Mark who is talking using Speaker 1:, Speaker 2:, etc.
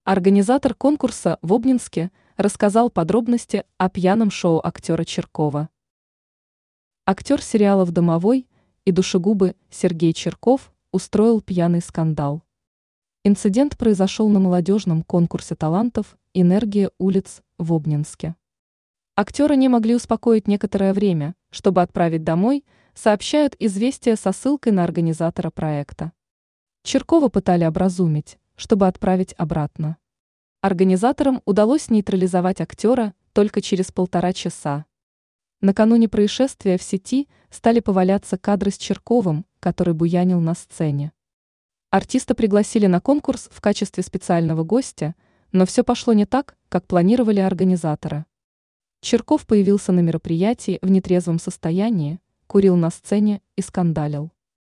Speaker 1: Организатор конкурса в Обнинске рассказал подробности о пьяном шоу актера Чиркова. Актер сериалов «Домовой» и «Душегубы» Сергей Чирков устроил пьяный скандал. Инцидент произошел на молодежном конкурсе талантов «Энергия улиц» в Обнинске. Актера не могли успокоить некоторое время, чтобы отправить домой, сообщают «Известия» со ссылкой на организатора проекта. Чиркова пытали образумить, чтобы отправить обратно. Организаторам удалось нейтрализовать актера только через 1,5 часа. Накануне происшествия в сети стали поваляться кадры с Чирковым, который буянил на сцене. Артиста пригласили на конкурс в качестве специального гостя, но все пошло не так, как планировали организаторы. Чирков появился на мероприятии в нетрезвом состоянии, курил на сцене и скандалил.